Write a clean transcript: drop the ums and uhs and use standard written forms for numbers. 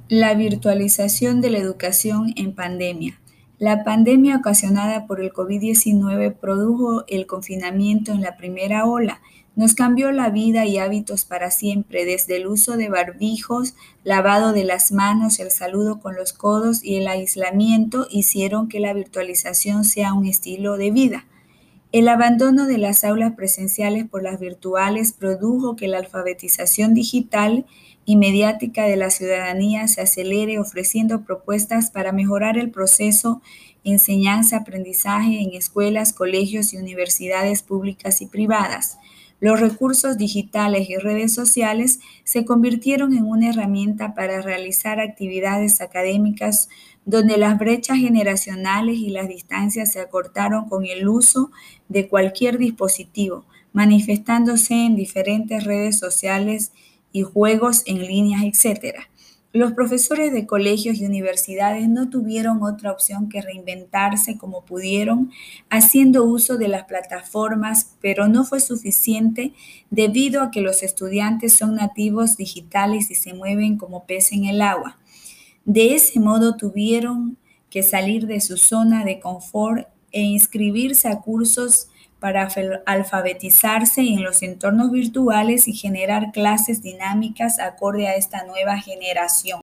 La virtualización de la educación en pandemia. La pandemia ocasionada por el COVID-19 produjo el confinamiento en la primera ola. Nos cambió la vida y hábitos para siempre, desde el uso de barbijos, lavado de las manos, el saludo con los codos y el aislamiento hicieron que la virtualización sea un estilo de vida. El abandono de las aulas presenciales por las virtuales produjo que la alfabetización digital y mediática de la ciudadanía se acelere ofreciendo propuestas para mejorar el proceso enseñanza-aprendizaje en escuelas, colegios y universidades públicas y privadas. Los recursos digitales y redes sociales se convirtieron en una herramienta para realizar actividades académicas donde las brechas generacionales y las distancias se acortaron con el uso de cualquier dispositivo, manifestándose en diferentes redes sociales y juegos en línea, etc. Los profesores de colegios y universidades no tuvieron otra opción que reinventarse como pudieron, haciendo uso de las plataformas, pero no fue suficiente debido a que los estudiantes son nativos digitales y se mueven como pez en el agua. De ese modo tuvieron que salir de su zona de confort e inscribirse a cursos para alfabetizarse en los entornos virtuales y generar clases dinámicas acorde a esta nueva generación.